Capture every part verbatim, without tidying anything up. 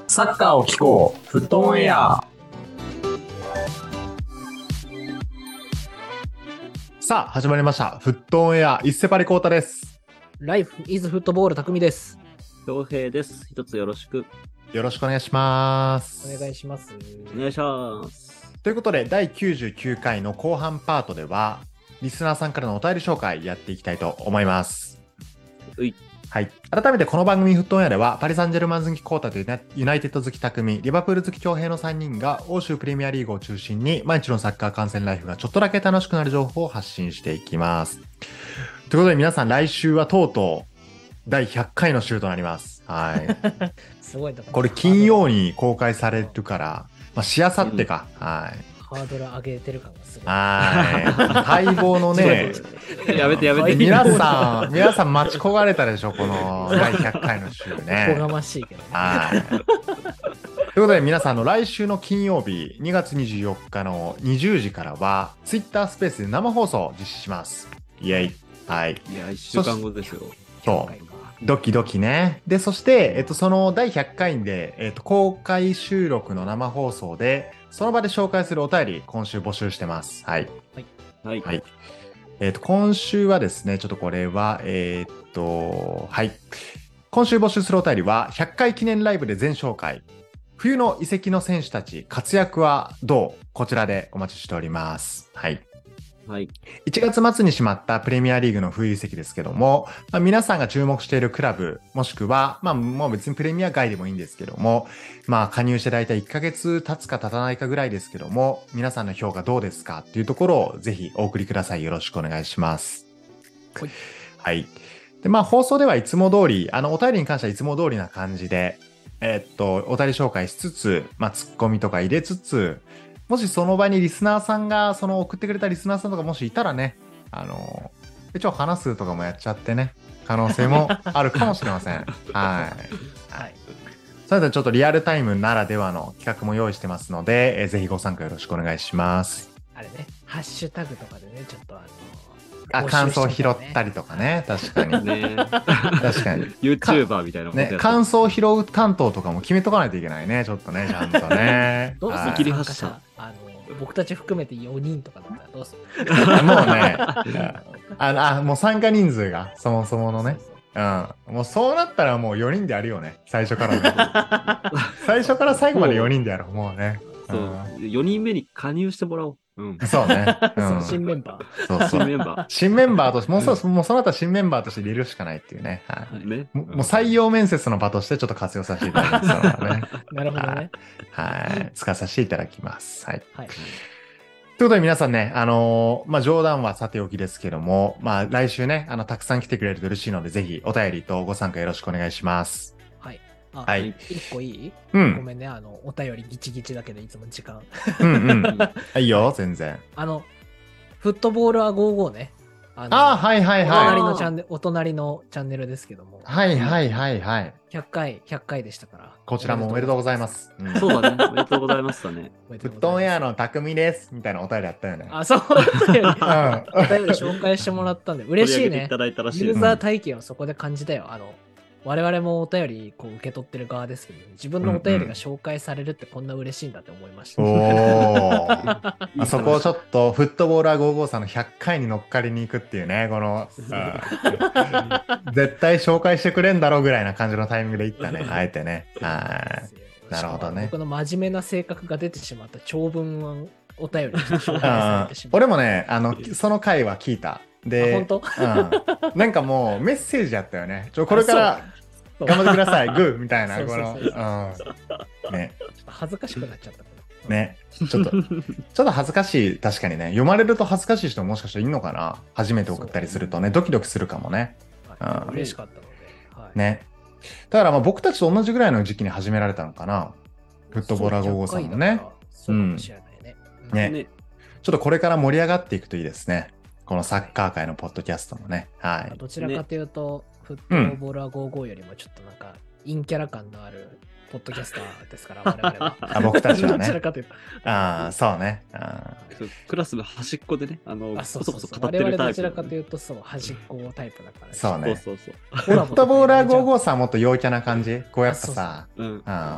サッカーを聞こう、フットオンエア。 さあ始まりました。フットオンエア、一瀬パリコータです。 ライフイズフットボール匠です。 恭平です。一つよろしく。 よろしくお願いします。 お願いします。 お願いします。 ということで、だいきゅうじゅうきゅうかいの後半パートでは、リスナーさんからのお便り紹介やっていきたいと思います。 うい。 はい。改めてこの番組フットオンエアでは、パリ・サンジェルマン好きコータとユナイテッド好き匠、リバプール好き恭平のさんにんが欧州プレミアリーグを中心に毎日のサッカー観戦ライフがちょっとだけ楽しくなる情報を発信していきます。ということで皆さん、来週はとうとうだいひゃっかいの週となります。はい。すごいとこ。これ金曜に公開されるから、まあ、しあさってか。うん、はい。 ハードル上げてる感がすごい。 はい。待望のね。 やめてやめて。 皆さん、皆さん待ち焦がれたでしょ、このだいひゃっかいの週ね。 おこがましいけどね。 はい。ということで皆さん、の来週の金曜日、にがつにじゅうよっかのにじゅうじからは、ツイッタースペースで生放送を実施します。イェイ。はい。 いや、いっしゅうかんごですよ。 そう。ドキドキね。で、そして、えっと、そのだいひゃっかいで、えっと、公開収録の生放送で、その場で紹介するお便り、今週募集してます。はい。 はい。 はい。 はい、えっと、今週はですね、ちょっとこれは、えー、っと、はい。今週募集するお便りは、ひゃっかい記念ライブで全紹介。冬の移籍の選手たち、活躍はどう？こちらでお待ちしております。はい。 はい、 いちがつ末に閉まったプレミアリーグの冬移籍ですけども、まあ、皆さんが注目しているクラブ、もしくは、まあ、もう別にプレミア外でもいいんですけども、まあ、加入してだいたいいっかげつ経つか経たないかぐらいですけども、皆さんの評価どうですかっていうところをぜひお送りください。よろしくお願いします。 はい。 はい。で、まあ、放送ではいつも通り、あの、お便りに関してはいつも通りな感じで、えー、っと、お便り紹介しつつ、まあ、ツッコミとか入れつつ、もしその場にリスナーさんが、その送ってくれたリスナーさんとかもしいたらね、あの、一応話すとかもやっちゃってね、可能性もあるかもしれません。はい。はい。それではちょっとリアルタイムならではの企画も用意してますので、えー、ぜひご参加よろしくお願いします。 あれね、ハッシュタグとかでね、ちょっとあの、 あ、感想拾ったりとかね、確かに。 ね、 確かに。 YouTuber みたいなね、感想拾う担当とかも決めとかないといけないね、ちょっとね、ちゃんとね。 どうする、 切り発車。 あの僕たち含めてよにんとかだったらどうするもうねああ、もう参加人数がそもそものね、うん、もうそうなったらもうよにんでやるよね、最初からね最初から最後までよにんでやろう、もうね。 そう、うん、よにんめに加入してもらおう。うん、 そうね、うん、 新メンバー。そうそう、 新メンバー。 新メンバーとして、もうそう、もうその後は新メンバーとして入れるしかないっていうね。はい。ね、もう採用面接の場としてちょっと活用させていただきますからね。 なるほどね。 はい。使わさせていただきます。はい。 はい。 ということで皆さんね、あのー、まあ、冗談はさておきですけども、まあ、来週ね、あの、たくさん来てくれると嬉しいので、ぜひお便りとご参加よろしくお願いします。 はい。あ、 はい。 一個いい？ うん。 ごめんね、あの、お便りギチギチだけど、いつも時間。 うんうん。いいよ、全然。 あの、フットボールはごじゅうごね。 ああ、はいはいはい。 お隣のチャンネル、お隣のチャンネルですけども。 はいはいはいはい。 ひゃっかい、ひゃっかいでしたから。 こちらもおめでとうございます。 うん、そうだね。おめでとうございましたね。 フットオンエアの匠です。みたいなお便りあったよね。 あ、そうだったよね。お便り紹介してもらったんで、嬉しいね。 いただいたらしい。 ユーザー体験をそこで感じたよ。あの、我々もお便りこう受け取ってる側ですけど、自分のお便りが紹介されるってこんな嬉しいんだって思いました。 うんうん、おー。そこをちょっとフットボーラーごじゅうごさんのひゃっかいに乗っかりに行くっていうね、この、絶対紹介してくれんだろうぐらいな感じのタイミングで行ったね、あえてね。はい。なるほどね。 僕の真面目な性格が出てしまった長文お便りに紹介されてしまった。 俺もね、あの、その回は聞いた。で、 本当？ うん。なんかもうメッセージやったよね。ちょ、これから頑張ってください、グーみたいな、この、うん。ね。 ちょっと恥ずかしくなっちゃった。 ね。ちょっと、ちょっと恥ずかしい、確かにね。読まれると恥ずかしい人ももしかしたらいるのかな。初めて送ったりするとね、ドキドキするかもね。 はい、うん、嬉しかったので。 はい、ね。だからまあ僕たちと同じぐらいの時期に始められたのかな。フットボーラーごじゅうごさんもね。 そうかもしれないね。 うん、ね。ね。ちょっとこれから盛り上がっていくといいですね。このサッカー界のポッドキャストもね。はい。 どちらかというと、ね、フットボーラーごじゅうごよりもちょっとなんか、陰キャラ感のあるポッドキャスターですから、我々は。 あ、僕たちはね。 どちらかというと。 ああ、そうね。あクラスの端っこでね、あの、 あそうそうそう、 こそこそ語ってるタイプ。 我々どちらかというと、そう、端っこタイプだから、ね。 そうね。 そうそうそう。 フットボーラーごじゅうごさんもっと陽キャな感じこうやっぱさ、 うん、 あ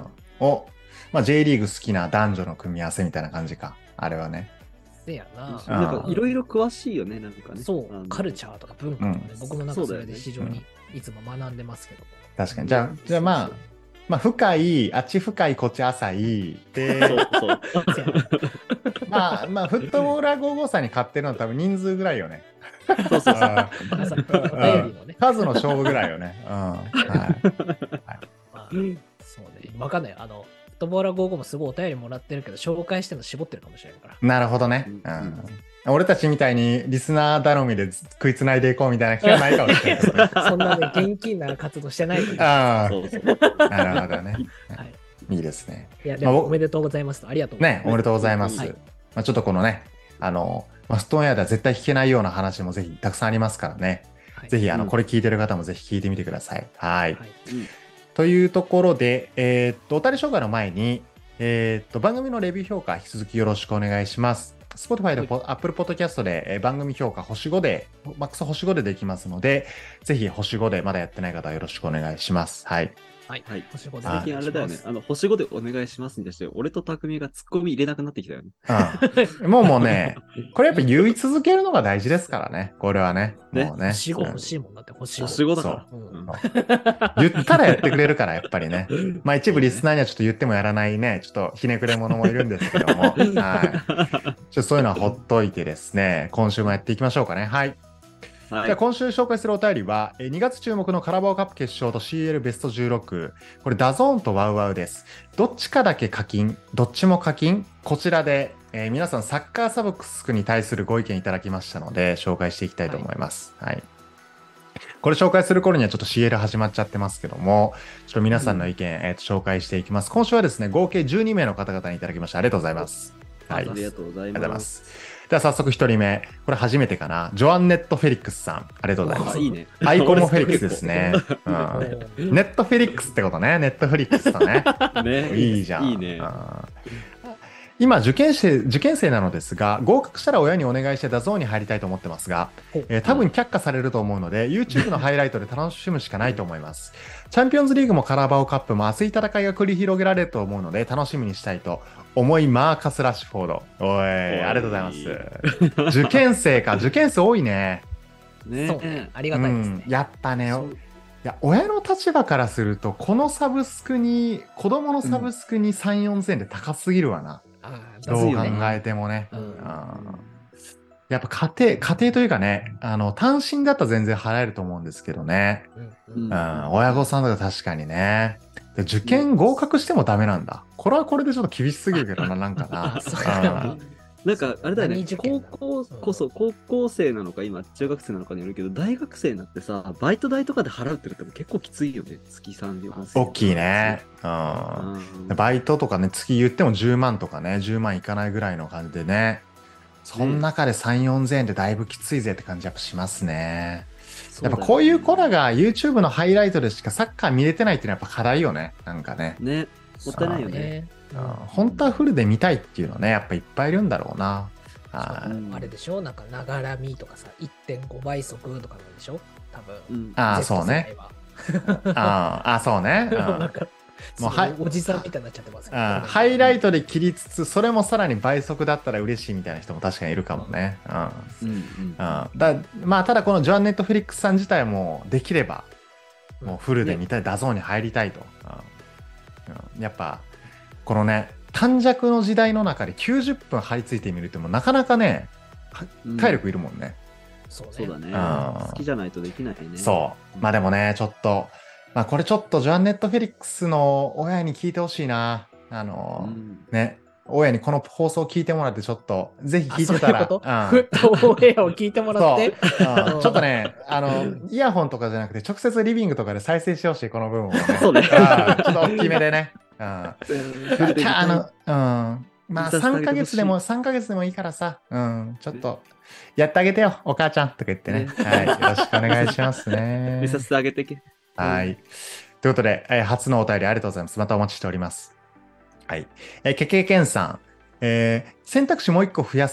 お、まあ、J リーグ好きな男女の組み合わせみたいな感じか。あれはね。 せやな。 なんかいろいろ詳しいよね、なんかね。 そう、カルチャーとか文化とかね、 うん僕もなんかそれで非常にいつも学んでますけども。 確かに。じゃあ、じゃあまあ、まあ、深い、あっち深い、こっち浅い。で、 そうそう。 まあ、まあ、フットボーラーごじゅうごさんに勝ってるのは多分人数ぐらいよね。 そうそうそう。 あまさにおー便りのね。 数の勝負ぐらいよね。うん。はい。 まあ、そうね。わかんない。あの、フットボーラーごじゅうごもすごいお便りもらってるけど、紹介してるの絞ってるかもしれないから。 なるほどね。 うんうん俺たちみたいにリスナー頼みで食いつないでいこうみたいな気はないかもしれないけどね。 そんなね、現金な活動してないから。 ああ、 そうそう。 なるほどね。 はい。 いいですね。 いや、でまあ僕もおめでとうございますと。ありがとうございます。 ね、おめでとうございます。 はいまあ、ちょっとこのね、あの、まあストーンエアでは絶対聞けないような話もぜひたくさんありますからね。 はいぜひ、あの、 うんこれ聞いてる方もぜひ聞いてみてください。はい。 はいうんというところで、えーっと、お便り紹介の前に、えーっと、番組のレビュー評価、引き続きよろしくお願いします。Spotify でポ、Apple Podcast で、えー番組評価星ごで、マックス星ごでできますので、ぜひ星ごでまだやってない方はよろしくお願いします。はい。 はい。 はい星ごで最近あれだよね。あの、星ごでお願いしますに対して、俺と匠がツッコミ入れなくなってきたよね。 うん、もうもうね、これやっぱ言い続けるのが大事ですからね。これはね。 ねもうね。 星ごうん欲しいもんだって、星ご。 星ごだから。 そううん言ったらやってくれるから、やっぱりね。まあ一部リスナーにはちょっと言ってもやらないね、ちょっとひねくれ者もいるんですけども、はい。ちょっとそういうのはほっといてですね、今週もやっていきましょうかね。はい。 はい。 じゃあ今週紹介するお便りは、えーにがつ注目のカラバオカップ決勝と シーエル ベストじゅうろく。これダゾーンとワウワウです。どっちかだけ課金、どっちも課金。こちらで、えー皆さんサッカーサブスクに対するご意見いただきましたので、紹介していきたいと思います。はい。これ紹介する頃にはちょっと シーエル 始まっちゃってますけども、ちょっと皆さんの意見、えーと紹介していきます。今週はですね、合計じゅうにめいの方々にいただきました。ありがとうございます。はい。 ありがとうございありがとうございま。 ますす。では早速ひとりめ。これ初めてかな。ジョアンネット・フェリックスさん。ありがとうございます。 あ、いいね。 アイコンもフェリックスですね。うおん、 ーネットフェリックスってことね。ネットフェリックスとね。 ね。 いいじゃん。 いいねう。ん今受験生、受験生なのですが、合格したら親にお願いしてダゾーンに入りたいと思ってますが、えー多分却下されると思うので、YouTube のハイライトで楽しむしかないと思います。チャンピオンズリーグもカラバオカップも熱い戦いが繰り広げられると思うので、楽しみにしたいと思い、マーカス・ラッシュフォード。おい、ありがとうございます。受験生か、受験生多いね。 ね。 そうね。ありがたいですねうん。やっぱね、 そういや親の立場からするとこのサブスクに子供のサブスクにさん、よんせんで高すぎるわな、 あーどう考だよねえてもね、 うんうんやっぱ家庭家庭というかね、あの単身だったら全然払えると思うんですけどね、 うんうんうん、親御さんとか確かにね。で受験合格してもダメなんだ。これはこれでちょっと厳しすぎるけどな、なんかなあ。そうかうんなんか、あれだよね何受、験高校こそ、高校生なのか、今、中学生なのかによるけど、大学生になってさ、バイト代とかで払うってなっても結構きついよね。月さん、よんせん。 大きいね。ううんん。 バイトとかね、月言ってもじゅうまんとかね、じゅうまんいかないぐらいの感じでね。その中でさん、よんせんえんでだいぶきついぜって感じやっぱしますね。やっぱこういう子らが YouTube のハイライトでしかサッカー見れてないっていうのはやっぱ課題よね。なんかね。 ね、もったいないよね。 ねうん本当はフルで見たいっていうのね、やっぱいっぱいいるんだろうな。はいうんあれでしょなんか、ながらみとかさ、いってんごばい速とかなんでしょ多分。 うん。 ああ、 Z そうね。 世代はああ、あそうね。うんなんか、 もうはもうはいい、おじさんみたいになっちゃってますけどうんハイライトで切りつつ、それもさらに倍速だったら嬉しいみたいな人も確かにいるかもね。うんうんうん。 うんだまあ、ただこのジョアンネット・フェリックスさん自体もできればもうフルで見たい、ダゾーンに入りたいと、うんうんやっぱこのね短尺の時代の中できゅうじゅっぷん張り付いてみるってもなかなかねうん体力いるもんね、 そうね。 そうだねうん。 好きじゃないとできないね。 そうまあでもねちょっとまあこれちょっとジョアンネット・フェリックスの親に聞いてほしいなあの、 うんね親にこの放送聞いてもらってちょっとぜひあ聞いてたらそういうことうんフットオンエアを聞いてもらって。 そう、うんちょっとね、あの、イヤホンとかじゃなくて、直接リビングとかで再生してほしい、この部分をね。 そうねんちょっと大きめでね。うん。 うんキャあの、うん。まあ、 見させてあげてほしいさんかげつでも、さんかげつでもいいからさ、うん、ちょっと、やってあげてよ、お母ちゃんとか言ってね。 ねはい。よろしくお願いしますね見。させてあげてけ。 はい。ということで、えー初のお便りありがとうございます。またお待ちしております。はい。えー、けけけんさん。えー選択肢もう一個増やせ。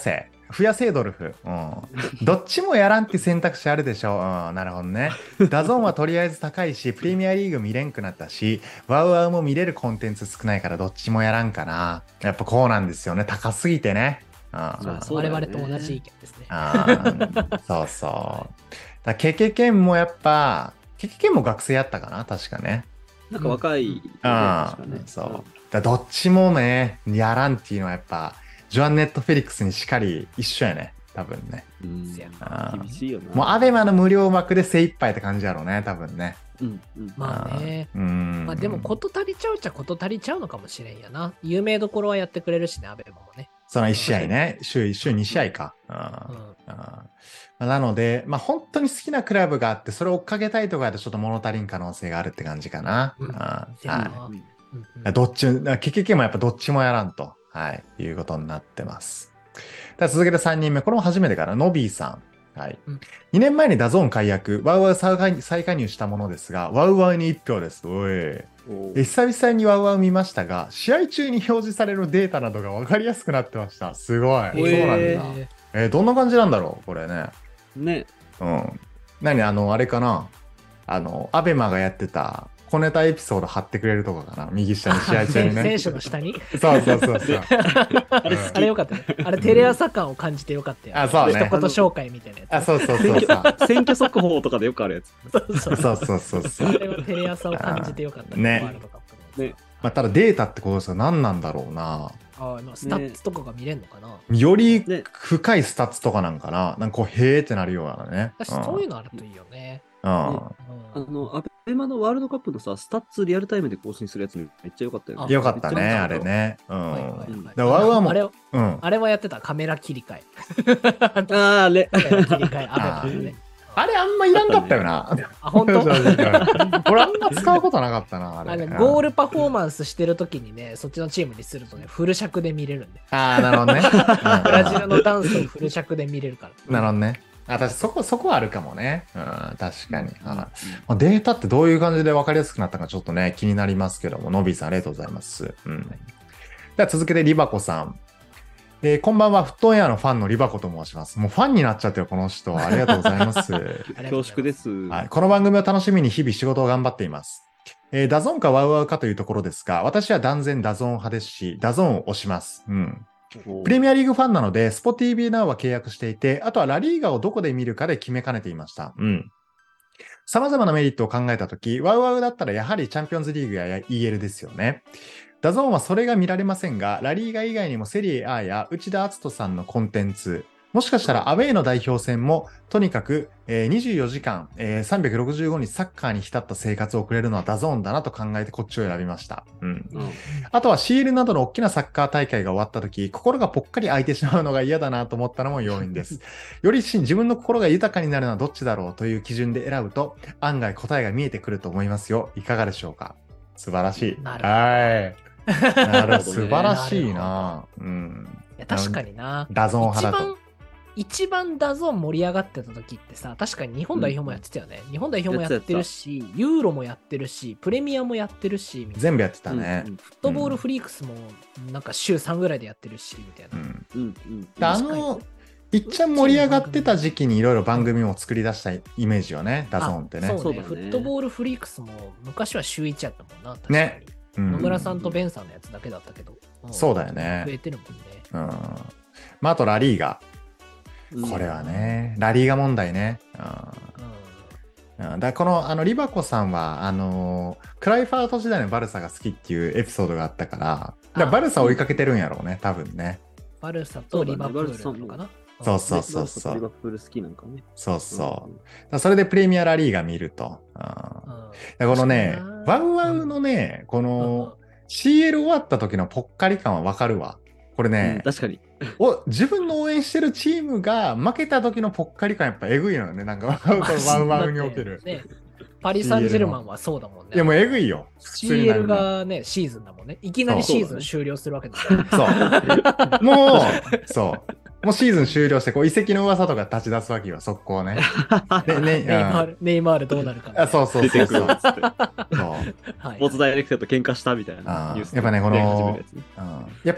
フヤセードルフ。うん。どっちもやらんって選択肢あるでしょ。うん、なるほどね。ダゾーンはとりあえず高いし、プレミアリーグ見れんくなったし、ワウワウも見れるコンテンツ少ないからどっちもやらんかな。やっぱこうなんですよね。高すぎてね。うん。 まあそうだよね我々と同じ意見ですね。 あーそうそう。だケケケンもやっぱ、ケケケンも学生やったかな確かね。 なんか若いよね、 ああ、 確かね。 そう。だどっちもね、やらんっていうのはやっぱ、ジョアンネット・フェリックスにしかり一緒やね。多分ね。 うん。 せやあー厳しいよな。 もうアベマの無料枠で精一杯って感じやろうね、多分ね。 うんうん。 まあね。 ーうん。 まあでもこと足りちゃうっちゃこと足りちゃうのかもしれんやな。有名どころはやってくれるしね、アベマもね。 そのいち試合ね、週いち、週に試合か。うんうん。 あーなので、まあ本当に好きなクラブがあって、それを追っかけたいとかだとちょっと物足りん可能性があるって感じかな。 うんあーはせやなうんうんい。どっち、ケケケもやっぱどっちもやらんと、はい、いうことになってます。では続けてさんにんめ、これも初めてかな、ノビーさん。はい。 うんにねんまえにダゾーン解約、ワウワウ再加再加入したものですが、ワウワウにいち票です。おい。 おえー久々にワウワウ見ましたが、試合中に表示されるデータなどが分かりやすくなってました。すごい。そうなんだ。 ええーどんな感じなんだろうこれね。 ね。 うん。何あの、あれかなあの、アベマがやってた小ネタエピソード貼ってくれるとかかな右下に試合中にね。 選手の下にそうそうそうそう。 あれ好あれよかったね。あれテレ朝感を感じてよかったよ、 あそうね一言紹介みたいなやつ。 あ、そうそうそ選うそう。 挙選挙速報とかでよくあるやつ。 そうそうそうそうそうそうあ。れはテレ朝を感じてよかったねワールドカップのねまあ、ただデータってことですが何なんだろうな。 ああ、まあスタッツとかが見れるのかな。 よりね深いスタッツとかなんかな。なんかこう、へーってなるようなね。 私そういうのあるといいよね。 うん。うんうんあの、アベマのワールドカップのさ、スタッツリアルタイムで更新するやつめっちゃ良かったよね。 よかったね、 めっちゃあれね。うん。 はいはいはいうんだからワウワウもあれうん。 あれはやってたカメラ切り替え。 あーあれ。 カメラ切り替え、アベマのね。 あれあんまいらんかったよな。 あ、本当正直俺あんま使うことなかったな、あれ。 あのゴール。 ルパフォーマンスしてるときにね、そっちのチームにするとね、フル尺で見れるんで。 ああ、なるほどね。 ブラジルのダンスをフル尺で見れるから。 なるほどね。私、そこ、そこはあるかもね。うん、確かに。 うんはいまあデータってどういう感じで分かりやすくなったかちょっとね、気になりますけども、ノビーさんありがとうございます。うん。では続けてリバコさん。えーこんばんは、フットオンエアのファンのリバコと申します。もうファンになっちゃってる、この人。ありがとうございます。 恐縮です。 はい、この番組を楽しみに日々仕事を頑張っています。えーダゾーンかワウワウかというところですが、私は断然ダゾーン派ですし、ダゾーンを推します。うん。 おープレミアリーグファンなので、スポ ティービー ナウは契約していて、あとはラリーガをどこで見るかで決めかねていました。うん。様々なメリットを考えたとき、ワウワウだったらやはりチャンピオンズリーグや イーエル ですよね。ダゾーンはそれが見られませんが、ラリーガ以外にもセリエ A や内田篤人さんのコンテンツ、もしかしたらアウェーの代表戦も、とにかく、えーにじゅうよじかん、えーさんびゃくろくじゅうごにちサッカーに浸った生活を送れるのはダゾーンだなと考えてこっちを選びました。うん。 うんあとは シーエル などの大きなサッカー大会が終わった時、心がぽっかり空いてしまうのが嫌だなと思ったのも要因です。よりし自分の心が豊かになるのはどっちだろうという基準で選ぶと、案外答えが見えてくると思いますよ。いかがでしょうか。素晴らしい。 なるほどはい。なるほどね素晴らしいな。うん。 いや確かにな。 ダゾーン一派だと番。、一番ダゾーン盛り上がってた時ってさ、確かに日本代表もやってたよね。日本代表もやってるし、ユーロもやってるし、プレミアもやってるし、みたいな。 全部やってたね。 うんフットボールフリークスもなんか週さんぐらいでやってるし、みたいな。 うん。 うんうんであの、いっちゃん盛り上がってた時期にいろいろ番組を作り出したイメージよね、ダゾーンってね。 そうねそうだねフットボールフリークスも昔は週いちやったもんな。確かにねうん野村さんとベンさんのやつだけだったけど。んそうだよね増えてるもんね。 うん。まあ、あとラリーガ。 うんこれはね、ラリーガ問題ね。うんうんうんだからこのあのリバコさんはあのークライファート時代のバルサが好きっていうエピソードがあったから、だからバルサを追いかけてるんやろうね、多分ね。 バルサとリバプールなのかな。 そうそうそうそうリバプール好きなんかね。 そうそう。だからそれでプレミアラリーガ見ると。うんだからこのね確かになワウワウのね、この シーエル 終わった時のぽっかり感はわかるわ。これうんね、 確かに。 お自分の応援してるチームが負けた時のぽっかり感やっぱえぐいのよね。なんかこのワウワウにおける。 ねパリ・サンジェルマンはそうだもんね。 いやもうえぐいよ。普通になシーエルるのがね、シーズンだもんね。いきなりシーズン終了するわけだから。 そう。もう、そう。もうシーズン終了して、こう、移籍の噂とか立ち出すわけよ、速攻ね。でね、 ネイマール、ネイマールどうなるかみたいな。 あそうそう出てくそうそう。そうるっつって。 うんはいスポーツダイレクターと喧嘩したみたいあーなニュースやっぱねこの出始めるやつねやっぱ、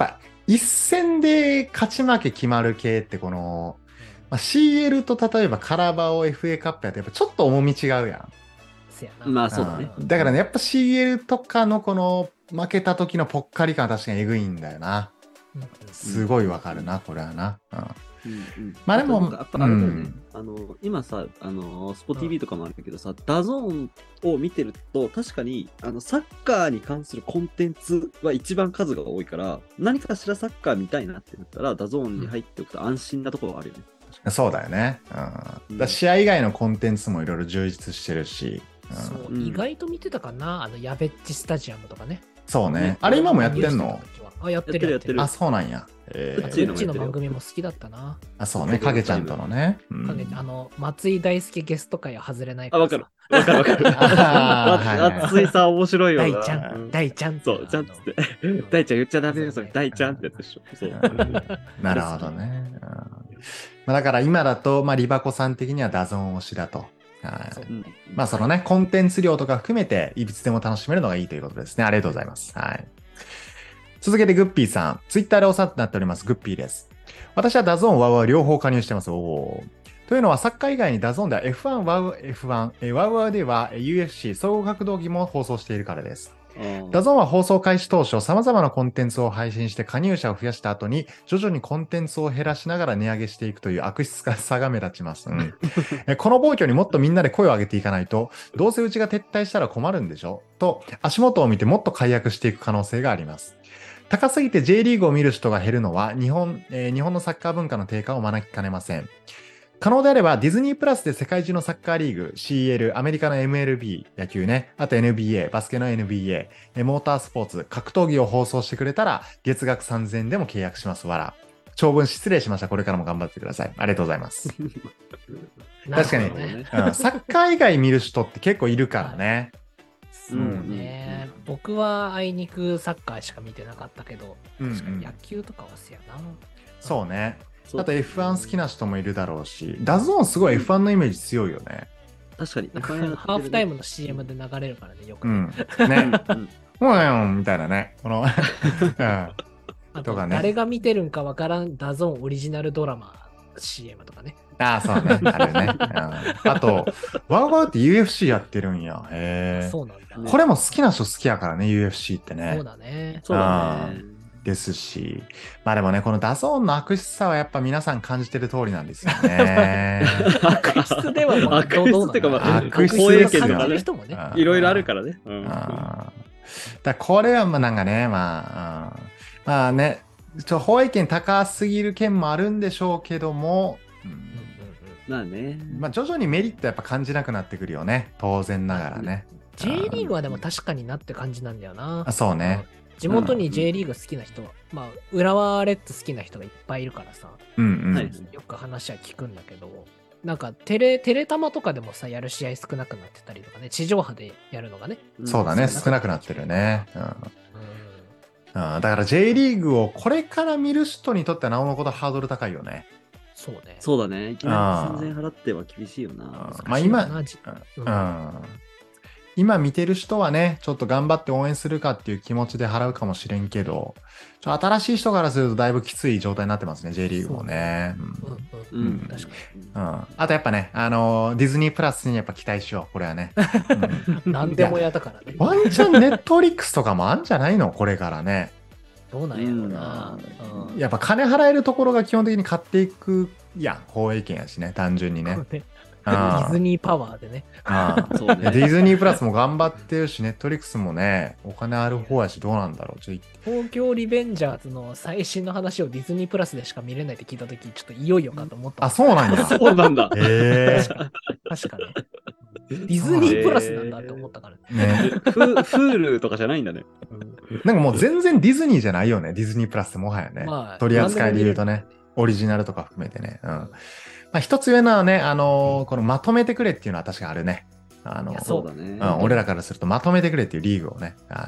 一戦で勝ち負け決まる系ってこの、まあ、シーエル と例えばカラバオ エフエー カップやとやっぱちょっと重み違うやん。 せやな。 まあそうだね。 んだからね、やっぱ シーエル とかのこの負けた時のぽっかり感は確かにえぐいんだよな。 うんうんすごいわかるな、これはな。うんうんうんまあでもとなんかやっぱあれだよね、 うんあの今さ、あのスポ ティービー とかもあるけどさ、ダゾーンを見てると確かにあのサッカーに関するコンテンツは一番数が多いから、何かしらサッカー見たいなってなったらダゾーンに入っておくと安心なところがあるよね。確かそうだよね。うん、だから試合以外のコンテンツもいろいろ充実してるし。うんそう、 うん意外と見てたかな、あのヤベッチスタジアムとかね。 そうねね。 あれ今もやってんの？ あ、やってるやってるあ、そうなんや。えあー熱いのうちの番組も好きだったな。 あ、そうね。影ちゃんとのね。うんかけてあの、松井大輔ゲスト会は外れないあ、わかる。わかるわかる。 あーはいはい熱いさ、面白いよな。 大ちゃ、 うん大ちゃんってそう、ちゃんっつって。大ちゃん言っちゃダメよ、それ。大ちゃんってやつでしょ。そう。 なるほどね。うんまあ、だから今だと、まあ、リバコさん的にはダゾーン推しだと。はいそううんまあそのね、コンテンツ量とか含めて、いつでも楽しめるのがいいということですね。ありがとうございます。はい。続けてグッピーさん。ツイッターでお世話になっております。グッピーです。私はダゾーン、ワウワウ両方加入してます。おーというのは、サッカー以外にダゾーンでは エフワン、ワウ、エフワン、えワウワウでは ユーエフシー、総合格闘技も放送しているからです。ダゾーンは放送開始当初、様々なコンテンツを配信して加入者を増やした後に、徐々にコンテンツを減らしながら値上げしていくという悪質さが目立ちます。うんえこの暴挙にもっとみんなで声を上げていかないと、どうせうちが撤退したら困るんでしょと、足元を見てもっと解約していく可能性があります。高すぎて J リーグを見る人が減るのは日本、えー日本のサッカー文化の低下を招きかねません。可能であればディズニープラスで世界中のサッカーリーグ、シーエル、アメリカの エムエルビー、野球ね、あと エヌビーエー、バスケの エヌビーエー、えモータースポーツ、格闘技を放送してくれたら月額さんぜんえんでも契約します。わら。長文失礼しました。これからも頑張ってください。ありがとうございます。確かになるほどね。 うん、サッカー以外見る人って結構いるからね。 そうね。僕はあいにくサッカーしか見てなかったけど、 うんうん確かに野球とかはせやな。 そうね。 そうあと エフワン 好きな人もいるだろうし、ダゾーンすごい エフワン のイメージ強いよね。 確かに。 なんかハーフタイムの シーエム で流れるからね、よくね。 うん。ね。 うんもうよみたいなね。この、うん。 あととかね誰が見てるんかわからんダゾーンオリジナルドラマ シーエム とかね。 ああ、そうね。あるね。うん、あと、ワウワウって ユーエフシー やってるんや。へえ。 そうなんだ。 これも好きな人好きやからね、ユーエフシー ってね。 そうだね。 そうだね。 ですし。まあでもね、このダゾーンの悪質さはやっぱ皆さん感じてる通りなんですよね。 悪質ではまあ悪質ってかまあ悪質放映権感じとかねる人もね。 うんいろいろあるからね。うんあーだからこれはまあなんかね、まあ、うんまあね、ちょ放映権高すぎる件もあるんでしょうけども、うんうんうんうんまあね。 まあ徐々にメリットやっぱ感じなくなってくるよね。当然ながらね。 J リーグはでも確かになって感じなんだよな。 あそうね。 地元に J リーグ好きな人は、まあ、浦和レッズ好きな人がいっぱいいるからさ、 うんうん。 はいよく話は聞くんだけど、なんかテレ、テレタマとかでもさ、やる試合少なくなってたりとかね、地上波でやるのがね。 そうだね。 そう少なくなってるね。うんうんうん、だから J リーグをこれから見る人にとってはなおのことハードル高いよね。 そうね。 そうだね。いきなあーりさんぜんえん払っては厳しいよな。 あー難しいまあ今よなじううんん、今見てる人はね、ちょっと頑張って応援するかっていう気持ちで払うかもしれんけど、ちょ新しい人からするとだいぶきつい状態になってますね、J リーグもね。うんうんうんうん確かうん、あとやっぱね、あのーディズニープラスにやっぱ期待しよう、これはね。うんに。何でもやだからね。 ワンチャンネットフリックスとかもあんじゃないのこれからね。 どうなんやろうな。うんやっぱ金払えるところが基本的に買っていくやん、放映権やしね、単純にね。 こうねデディズニーパワーでね。 そうデね。 ィズニープラスも頑張ってるし、ネットフリックスもね、お金ある方やし、どうなんだろう。ちょっと東京リベンジャーズの最新の話をディズニープラスでしか見れないって聞いたとき、ちょっっといよいよかと思ったもん。 あ、そうなんや。 そうなんだ。 へえ。 確かね。ディズニープラスなんだって思ったからね。 ね。 フフールとかじゃないんだね。 なんかもう全然ディズニーじゃないよね、ディズニープラスってもはやね。 まあ取り扱いで言うとね、オリジナルとか含めてね。うん。まあ一つ上のはね、あのーこのまとめてくれっていうのは確かあるね。あのいやそうだね。 うん、俺らからするとまとめてくれっていうリーグをね。はい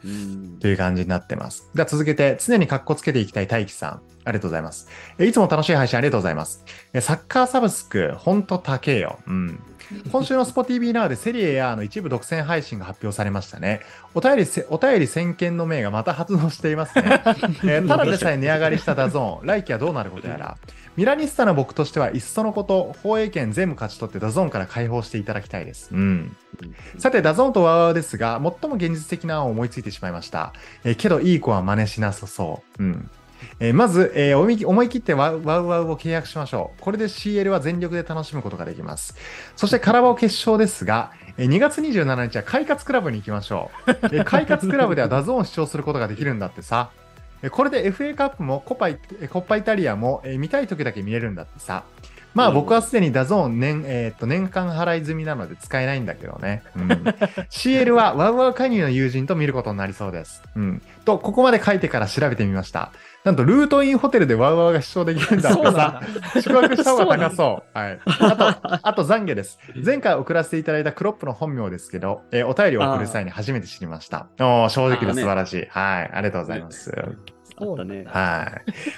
うんという感じになってます。では続けて、常にカッコつけていきたい大輝さん。ありがとうございます。えいつも楽しい配信ありがとうございます。えサッカーサブスク、ほんと高えよ。うん。今週の スポティービー Now でセリエ A の一部独占配信が発表されましたね。お便りせ、お便り先見の明がまた発動していますね。えーただでさえ値上がりしたダゾーン、来季はどうなることやら。ミラニスタの僕としては、いっそのこと、放映権全部勝ち取ってダゾーンから解放していただきたいです。うん。さて、ダゾーンとワウワウですが、最も現実的な案を思いついてしまいました。えーけど、いい子は真似しなさそう。うん。えーまず、えー思い思い切ってワウワウワウを契約しましょう。これで シーエル は全力で楽しむことができます。そしてカラバオ決勝ですが、えーにがつにじゅうしちにちは快活クラブに行きましょう。えー快活クラブではダゾーンを視聴することができるんだってさ。えーこれで エフエー カップもコパイ、えーコッパイタリアも、えー見たい時だけ見れるんだってさ。まあ僕はすでにダゾーン年、えーっと年間払い済みなので使えないんだけどね。うん、シーエル はワウワウ加入の友人と見ることになりそうです。うん。と、ここまで書いてから調べてみました。なんと、ルートインホテルでワウワウが視聴できるんだってさ、宿泊した方が高そう。はい。あと、あと懺悔です。前回送らせていただいたクロップの本名ですけど、えーお便りを送る際に初めて知りました。おー、正直で素晴らしい。はい。ありがとうございます。 あったね。 はい。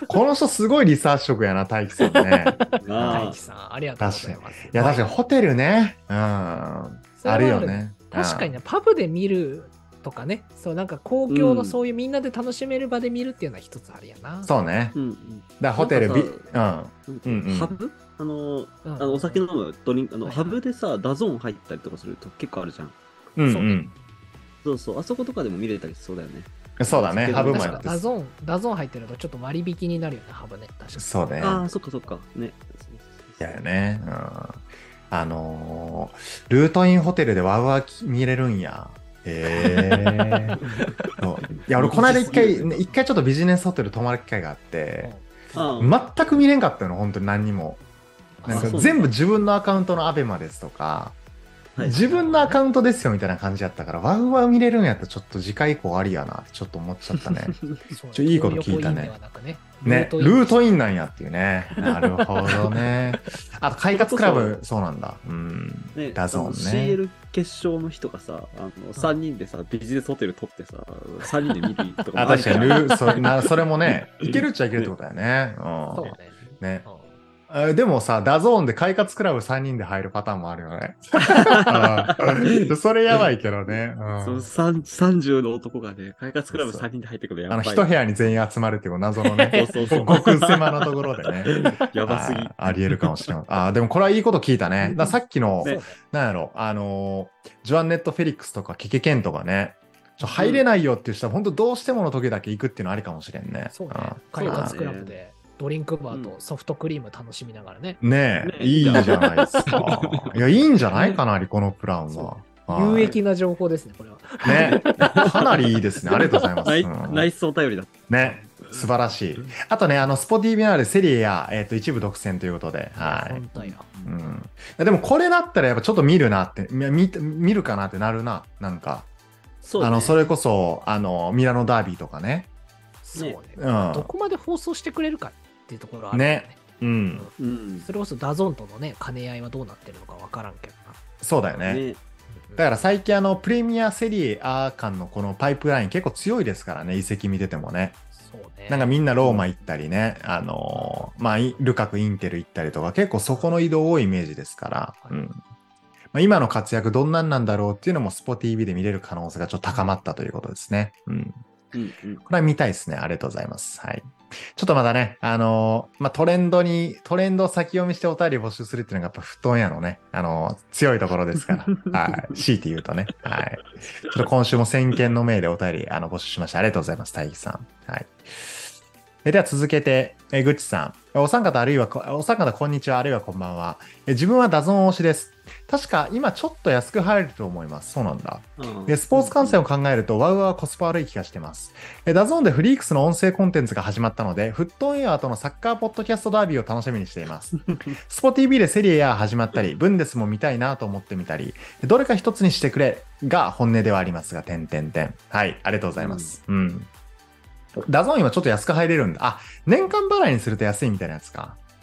この人すごいリサーチ職やな、大輝さんね。 大輝さん、ありがとうございます。 いや、確かにホテルね。うん。あるよね。 確かにね、パブで見るとかね、そうなんか公共のそういうみんなで楽しめる場で見るっていうのは一つあるやな。 そうね。 うんうん、 だからホテルビ、うん。 うんうん、ハブあの、あのお酒飲むドリンク、あの、ハブでさ、ダゾーン入ったりとかすると結構あるじゃん。 うん、うん。 そうね。 そうそう、あそことかでも見れたりしそうだよね。 そうだね、ハブもやってダゾーン、ダゾーン入ってるとちょっと割引になるよね、ハブね。確かに。 そうね。 ああ、そっかそっか。ね。 いやよね。うん。あのー、ルートインホテルでワウワウ見れるんや。へえ。いや、俺この間一回、一回ちょっとビジネスホテル泊まる機会があって、全く見れんかったの、本当に何にも。なんか全部自分のアカウントのアベマですとか、自分のアカウントですよみたいな感じやったから、ワウワウ見れるんやったらちょっと次回以降ありやなってちょっと思っちゃったね。ちょいいこと聞いたね。ね、ルートインなんやっていうね。なるほどね。あと、快活クラブ、そうなんだ。うん。 ね、 ダゾーンね。 シーエル 決勝の日とかさ、あのさんにんでさ、ビジネスホテル取ってさ、さんにんで見るとかあ、確かにルーそな、それもね、いけるっちゃいけるってことだよね。うん。 そうね。 ね。でもさ、ダゾーンで快活クラブさんにんで入るパターンもあるよね。それやばいけどね。 うん、そのさんじゅうの男がね、快活クラブさんにんで入ってくるやばい。 あの、一部屋に全員集まるっていう謎のね、 そうそうそう極狭なところでね。 やばすぎ。 ありえるかもしれない。あ、でもこれはいいこと聞いたね。ださっきの、ね、なんやろ、あのー、ジョアンネット・フェリックスとかキケケンとかね、ちょ入れないよっていう人は、本当どうしてもの時だけ行くっていうのありかもしれんね。 そうね。快活クラブで。ドリンクバーとソフトクリーム楽しみながらね。 うん、ねえ、ねいいじゃないですか。いや、いいんじゃないかなり、このプランは。 有益な情報ですね、これは。 ね。かなりいいですね。ありがとうございます。 ナイうん、ナイスお便りだ。 ね。素晴らしい。あとね、あの、スポティービー ナーでセリエや、えっと、一部独占ということで。はい。 本当や。 うん。でも、これだったらやっぱちょっと見るなって、見、見るかなってなるな。なんか。そうね。あの、それこそ、あの、ミラノダービーとかね。 そうね。うん。どこまで放送してくれるかっていうところあるよね。ね。 うん。 うん。それこそダゾーンとのね、兼ね合いはどうなってるのかわからんけどな。 そうだよね。ね、だから最近あの、プレミアセリエ A 間のこのパイプライン結構強いですからね、移籍見ててもね。そうね。なんかみんなローマ行ったりね、あのー、まあ、ルカクインテル行ったりとか、結構そこの移動多いイメージですから、うん。まあ、今の活躍どんなんなんだろうっていうのもスポティービーで見れる可能性がちょっと高まったということですね。うん。うんうん、これは見たいですね。ありがとうございます。はい。ちょっとまだね、あのー、まあ、トレンドに、トレンドを先読みしてお便り募集するっていうのがやっぱ布団屋のね、あのー、強いところですから。はい。強いて言うとね。はい。ちょっと今週も先見の明でお便り、あの、募集しました。ありがとうございます。大輝さん。はい。えでは続けて、えぐっちさん。お三方あるいは、お三方こんにちは、あるいはこんばんは。え自分はダゾーン推しです。確か今ちょっと安く入ると思います。そうなんだ。でスポーツ観戦を考えると、ワウワウはコスパ悪い気がしてます。えダゾーンでフリークスの音声コンテンツが始まったので、フットオンエアとのサッカーポッドキャストダービーを楽しみにしています。スポティービーでセリエ A 始まったり、ブンデスも見たいなと思ってみたり、どれか一つにしてくれが本音ではありますが、点々点。はい、ありがとうございます。うん。うんダゾーン今ちょっと安く入れるんだ。あ、年間払いにすると安いみたいなやつか。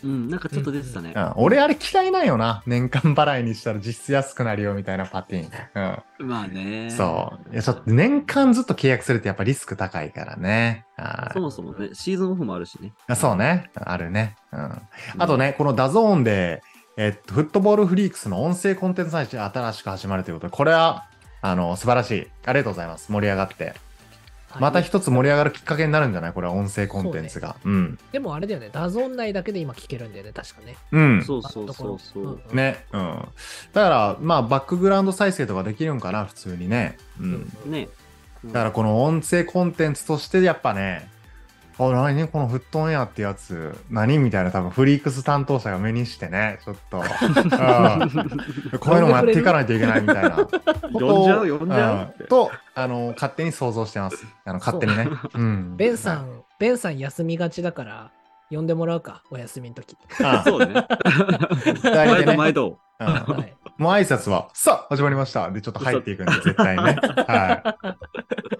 うん、なんかちょっと出てたね。 うん、俺あれ嫌いなんよな。年間払いにしたら実質安くなるよみたいなパティーン。うん、 まあね。 そう。いや、ちょっと年間ずっと契約するってやっぱリスク高いからね。 そもそもね、シーズンオフもあるしね。 そうね。あるね。うん。あとね、このダゾーンで、えっと、フットボールフリークスの音声コンテンツ配信新しく始まるということで、これは、あの、素晴らしい。ありがとうございます。盛り上がって。また一つ盛り上がるきっかけになるんじゃないこれは音声コンテンツが。うね、うん。 でもあれだよね、ダゾーン内だけで今聞けるんだよね、確かね。 うん。 そうそうそうそう。うんうん、ね。うん。だから、まあ、バックグラウンド再生とかできるんかな、普通にね。うん。 ね。 だから、この音声コンテンツとして、やっぱね、あ、何ね、このフットオンエアってやつ、何みたいな多分フリークス担当者が目にしてね、ちょっと、こういうのもやっていかないといけないみたいな。 呼んじゃう、呼んじゃう。と、あの、勝手に想像してます。あの、勝手にね。うん。 ベンさん、ベンさん休みがちだから、呼んでもらうか、お休みの時。 ああそうね。毎度毎度。 うん、はい、もう挨拶は、さあ始まりましたでちょっと入っていくんで、絶対ね。はい。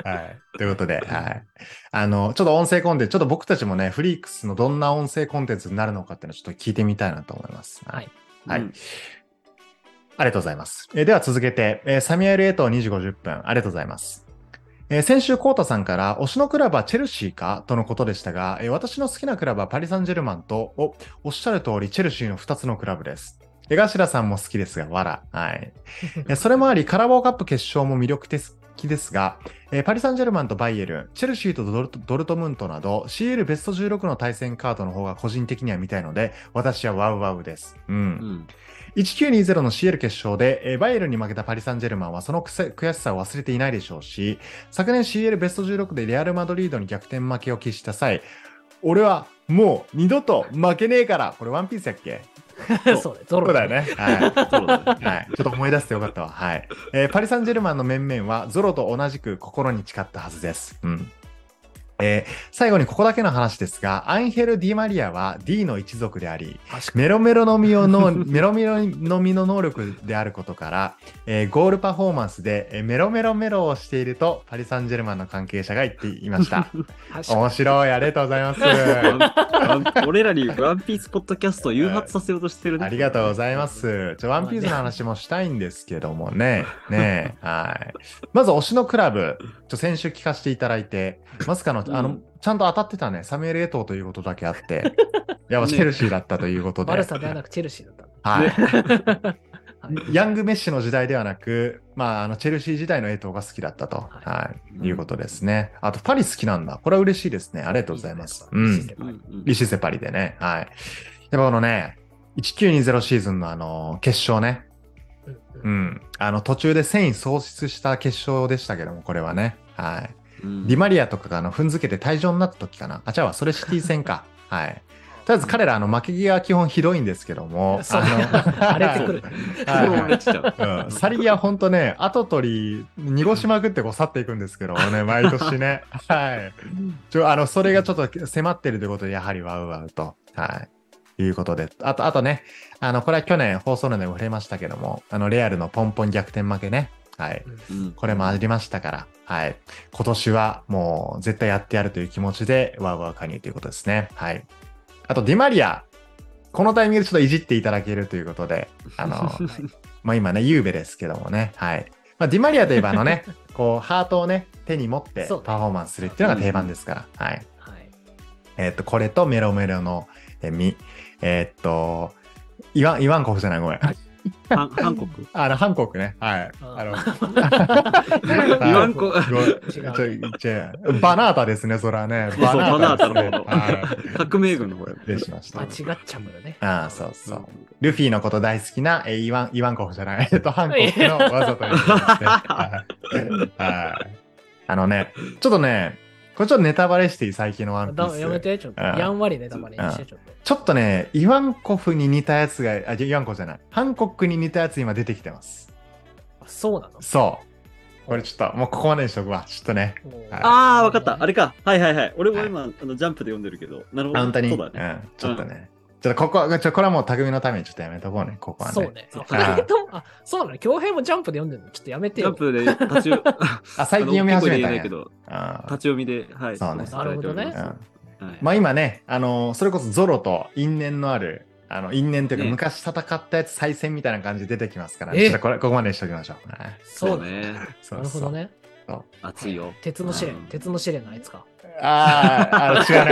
はい。ということで、はい。あの、ちょっと音声コンテンツ、ちょっと僕たちもね、フリークスのどんな音声コンテンツになるのかっていうのをちょっと聞いてみたいなと思います。 はい。 はい。 うん、 ありがとうございます。えー、では続けて、えー、サミュエル・エトーにじごじゅっぷん、ありがとうございます。えー、先週、コータさんから、推しのクラブはチェルシーかとのことでしたが、えー、私の好きなクラブはパリ・サンジェルマンと、お、おっしゃる通り、チェルシーのふたつのクラブです。江頭さんも好きですが、わら。はい。それもあり、カラバオカップ決勝も魅力的ですが、えー、パリ・サンジェルマンとバイエルン、チェルシーとドルト、ドルトムントなど、シーエル ベストじゅうろくの対戦カードの方が個人的には見たいので、私はワウワウです。うん。うんせんきゅうひゃくにじゅうの シーエル 決勝で、えー、バイエルンに負けたパリ・サンジェルマンはその悔しさを忘れていないでしょうし、昨年 シーエル ベストじゅうろくでレアル・マドリードに逆転負けを喫した際、俺はもう二度と負けねえから、これワンピースやっけそうゾロだよね。はい。はい。ちょっと思い出してよかったわ。はい。えー、パリ・サンジェルマンの面々はゾロと同じく心に誓ったはずです。うん。えー、最後にここだけの話ですが、アンヘル・ディマリアは D の一族であり、メロメロの実のメロメロの実の能力であることから、えー、ゴールパフォーマンスで、えー、メロメロメロをしているとパリ・サンジェルマンの関係者が言っていました。面白い、ありがとうございます。 俺らにワンピースポッドキャストを誘発させようとしてるね。 ありがとうございます。ちょワンピースの話もしたいんですけどもね。ねはい。まず推しのクラブ、ちょ先週聞かせていただいて、まさかのあの、うん、ちゃんと当たってたね。サミュエル・エトーということだけあって。いや、チェルシーだったということで。 バルサではなくチェルシーだった。 はい。ヤングメッシの時代ではなく、まあ、あの、チェルシー時代のエトーが好きだったと、はい、はい、いうことですね。あと、パリ好きなんだ。これは嬉しいですね。ありがとうございます。うん。リシセパリでね。はい。やっぱこのね、せんきゅうひゃくにじゅうシーズンのあの、決勝ね。うん。あの、途中で戦意喪失した決勝でしたけども、これはね。はい。うん、ディマリアとかがあの踏んづけて退場になった時かな。あ、違うわ、それシティ戦か。はい。とりあえず彼らあの負け際は基本ひどいんですけども、あの荒れてくる。 はい、サリギは本当ね、後取り濁しまくってこう去っていくんですけどね、毎年ね。はい。ちょあのそれがちょっと迫ってるということでやはりワウワウと、はい。いうことで、あとあとね、あのこれは去年放送内でも触れましたけども、あのレアルのポンポン逆転負けね。はい、うん、これもありましたから、はい。今年はもう絶対やってやるという気持ちでワウワウ加入ということですね。はい。あとディマリア、このタイミングでちょっといじっていただけるということで、あの、はい、まあ今ね、ゆうべですけどもね、はい。まあ、ディマリアといえばあのね、こうハートをね、手に持ってパフォーマンスするっていうのが定番ですから、はい。はい、えー、っと、これとメロメロの実、えー、っと、イワン、イワンコフじゃない、ごめん。 韓国あの、韓国ね。はい。あの、 言わんこ。 バナータですね、それはね。 バナータの方。革命軍の方でしました。 間違っちゃうよね。 ああ、そうそう。ルフィのこと大好きな、イワン、イワンコフじゃない。えっと、韓国のわざということですね。あのね、ちょっとね、これちょっとネタバレしていい最近のワンピース。 やめて、ちょっと。やんわりネタバレして、ちょっと。 ちょっとね、イワンコフに似たやつが、あ、イワンコフじゃない。ハンコックに似たやつ今出てきてます。 あ、そうなの？ そう。これちょっと、もうここまでにしとくわ。ちょっとね。 はい、ああ、わかった。あれか。はいはいはい。俺も今、はい、あのジャンプで読んでるけど。なるほど。 本当に。 そうだね。 うん。ちょっとね。うんちょっとここ、ちょこれはもう匠のためにちょっとやめとこうね、ここはね。 そうね。あ、そうなの。恭平もジャンプで読んでるのちょっとやめてよ。 ジャンプで立ち読み。 あ、最近読み始めたんや。 けど立ち読みで、はい。 そうね。 なるほどね。 うんはいまあ今ね、あのーそれこそゾロと因縁のある、あの因縁というかね昔戦ったやつ再戦みたいな感じで出てきますから、 えちょっとこれここまでにしておきましょう。はい、 そうだね。 そうそうなるほどね。 熱いよ。 鉄の試練うん、 鉄の試練のあいつか。 あーあの違う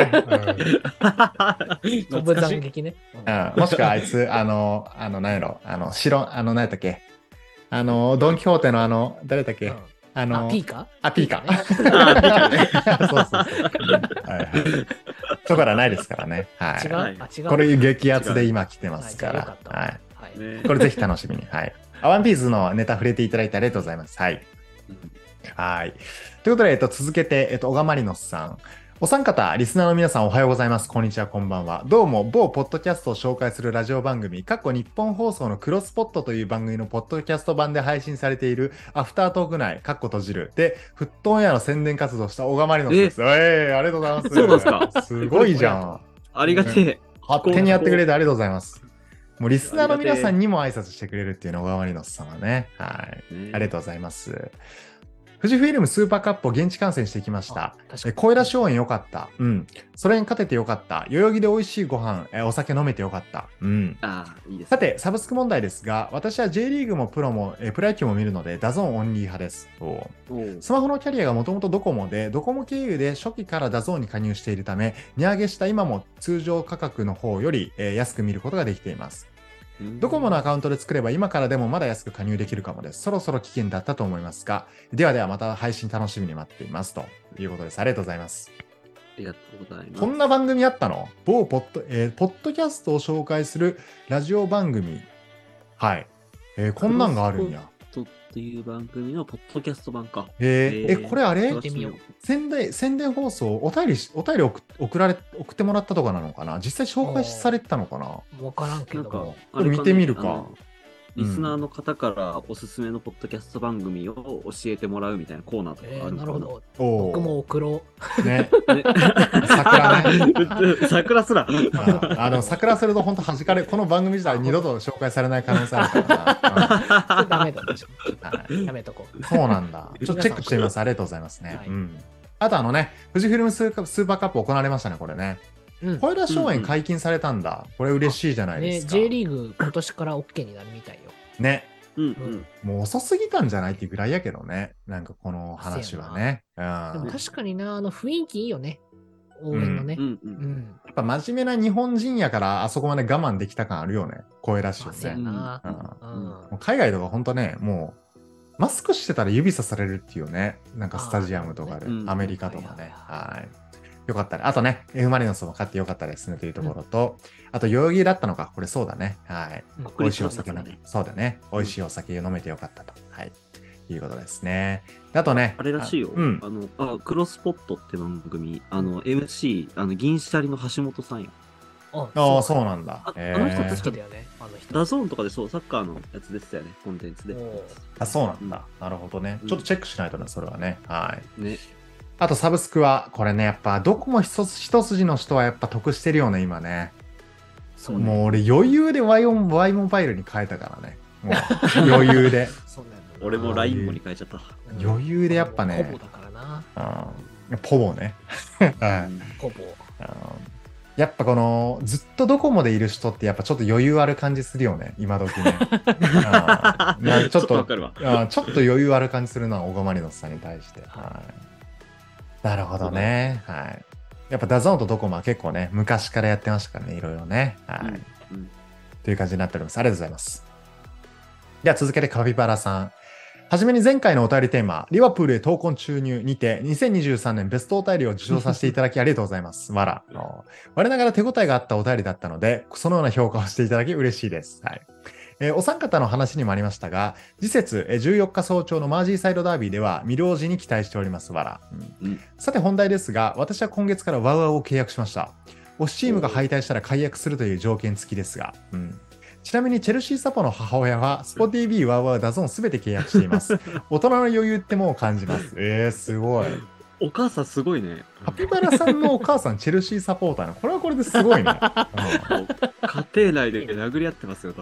ね。 飛ぶ斬撃ね。うんうんうん、もしくはあいつ、あの、あの、なんやろ、あの、白、あの、何やったっけ、あの、ドン・キホーテのあの、誰だっけ、 うんあの、 あ、ピーかあ、ピーか。 ねそうそうそう。はいはい。とかはないですからね。はい。 違う、 はいあ、違う。 これ激アツで今来てますかはいじゃあよかったら。はい。 はい。 ねこれぜひ楽しみに。はい。あワンピースのネタ触れていただいてありがとうございます。はい。はい。ということで、えっと、続けて、えっと、小川マリノスさん。お三方、リスナーの皆さんおはようございます。こんにちは、こんばんは。どうも、某ポッドキャストを紹介するラジオ番組、過去日本放送のクロスポットという番組のポッドキャスト版で配信されているアフタートーク内、かっこ閉じる。で、フットオンエアの宣伝活動をした小川マリノスです。ええありがとうございます。 そうなんですかすごいじゃん。 ありがてえ。 勝手にやってくれてありがとうございます。もうリスナーの皆さんにも挨拶してくれるっていうのが小川マリノスさんはね。はい。 ねありがとうございます。富士フイルムスーパーカップを現地観戦してきましたあ。確かにえ声出し応援良かった。うん。それに勝てて良かった。代々木で美味しいご飯、えお酒飲めて良かった。うん。 ああ、いいですね。 さて、サブスク問題ですが、私は J リーグもプロもえプロ野球も見るので、ダゾーンオンリー派です。おうおうスマホのキャリアがもともとドコモで、ドコモ経由で初期からダゾーンに加入しているため、値上げした今も通常価格の方より、えー安く見ることができています。ドコモのアカウントで作れば今からでもまだ安く加入できるかもです。そろそろ危険だったと思いますが、ではではまた配信楽しみに待っていますということです。ありがとうございます。 ありがとうございます。 こんな番組あったの？某ポッド、えーポッドキャストを紹介するラジオ番組。はい。えーこんなんがあるんや。 とっていう番組のポッドキャスト版か。 えーえ、 えーこれあれ見てみよう宣伝、宣伝放送、お便りし、お便り送送られ、送ってもらったとかなのかな、実際紹介されてたのかな。 わからんけなんかども。、 あれかな見てみるかあのリスナーの方からおすすめのポッドキャスト番組を教えてもらうみたいなコーナーとかえー、 あるのかな。 なるほど。 お僕も送ろーね。 ね桜ね。 桜すら。 ああの、桜すると本当弾かれ、この番組自体二度と紹介されない可能性あるからな。 う。ダメだ。 うんはいやめとこう。 そうなんだ。ちょっとチェックしてみます。ありがとうございますね。 はいうん。あとあのね、富士フイルムスーパースーパーカップ行われましたね、これね。 うん。 声出し応援解禁されたんだ。これ嬉しいじゃないでね、 すか。 J リーグ今年から OK になるみたいよ。 ね。 うんうん。 もう遅すぎたんじゃないっていうぐらいやけどね。なんかこの話はね。うん。 でやも確かにな、あの雰囲気いいよね。応援のねう。んう。 うんん。 っぱ真面目な日本人やからあそこまで我慢できた感あるよね。声出しをまあ、せやね。 な。 うんうん。 もう海外とかほんとね、もう、マスクしてたら指さされるっていうね。なんかスタジアムとかで、 あーなるほどねアメリカとかね。 はいはいはい。よかったね。あとね、F ・マリノスも勝ってよかったですねというところと、あと代々木だったのか。これそうだね。はい。 うん美国味しいお酒飲め立だね。 そうだね。美味しいお酒飲めてよかったと。はい。いうことですね。であとね。 あれらしいよ。 あうん。 あの、あ、クロスポットって番組、あの、エムシー、あの、銀シャリの橋本さんや。 あああ、そうなんだ。 あへーあの人好きだよね、あの人。 ダゾーンとかでそう、サッカーのやつでしたよね、コンテンツで。 おーあ、そうなんだ。なるほどね。 うんちょっとチェックしないとね、それはね。はい。 ね。 あとサブスクは、これね、やっぱ、どこも一つ一筋の人はやっぱ得してるよね、今ね。 そうね。 もう俺余裕で Y オン Y モバイルに変えたからね。もう余裕で。 そうなんだな俺も ライン もに変えちゃった。 うん余裕でやっぱねほぼだからな。 うん、ポボね。はいうんほぼ。 うんやっぱこのずっとドコモでいる人ってやっぱちょっと余裕ある感じするよね、今時ね。うんなちょっとわかるわ。 うんちょっと余裕ある感じするのは小川マリノスさんに対して。はい、なるほどね。はい。やっぱダゾーンとドコモは結構ね、昔からやってましたからね、いろいろね。はい。 うんうんという感じになっております。ありがとうございます。では続けてカピバラさん。はじめに前回のお便りテーマ、リバプールへ闘魂注入にて、にせんにじゅうさんねんベストお便りを受賞させていただきありがとうございます。わら。我ながら手応えがあったお便りだったので、そのような評価をしていただき嬉しいです。はい。えーお三方の話にもありましたが、次節えーじゅうよっか早朝のマージーサイドダービーでは、ミロージに期待しております。わら。うんうんさて本題ですが、私は今月からワウワウを契約しました。推しチームが敗退したら解約するという条件付きですが、うんちなみにチェルシーサポの母親は、スポティービー、ワウワウ、ダゾーンすべて契約しています。大人の余裕ってもう感じます。えー、すごい。 お母さんすごいね。 カピバラさんのお母さん、チェルシーサポーターの、これはこれですごいね。うん家庭内で殴り合ってますよ、多分。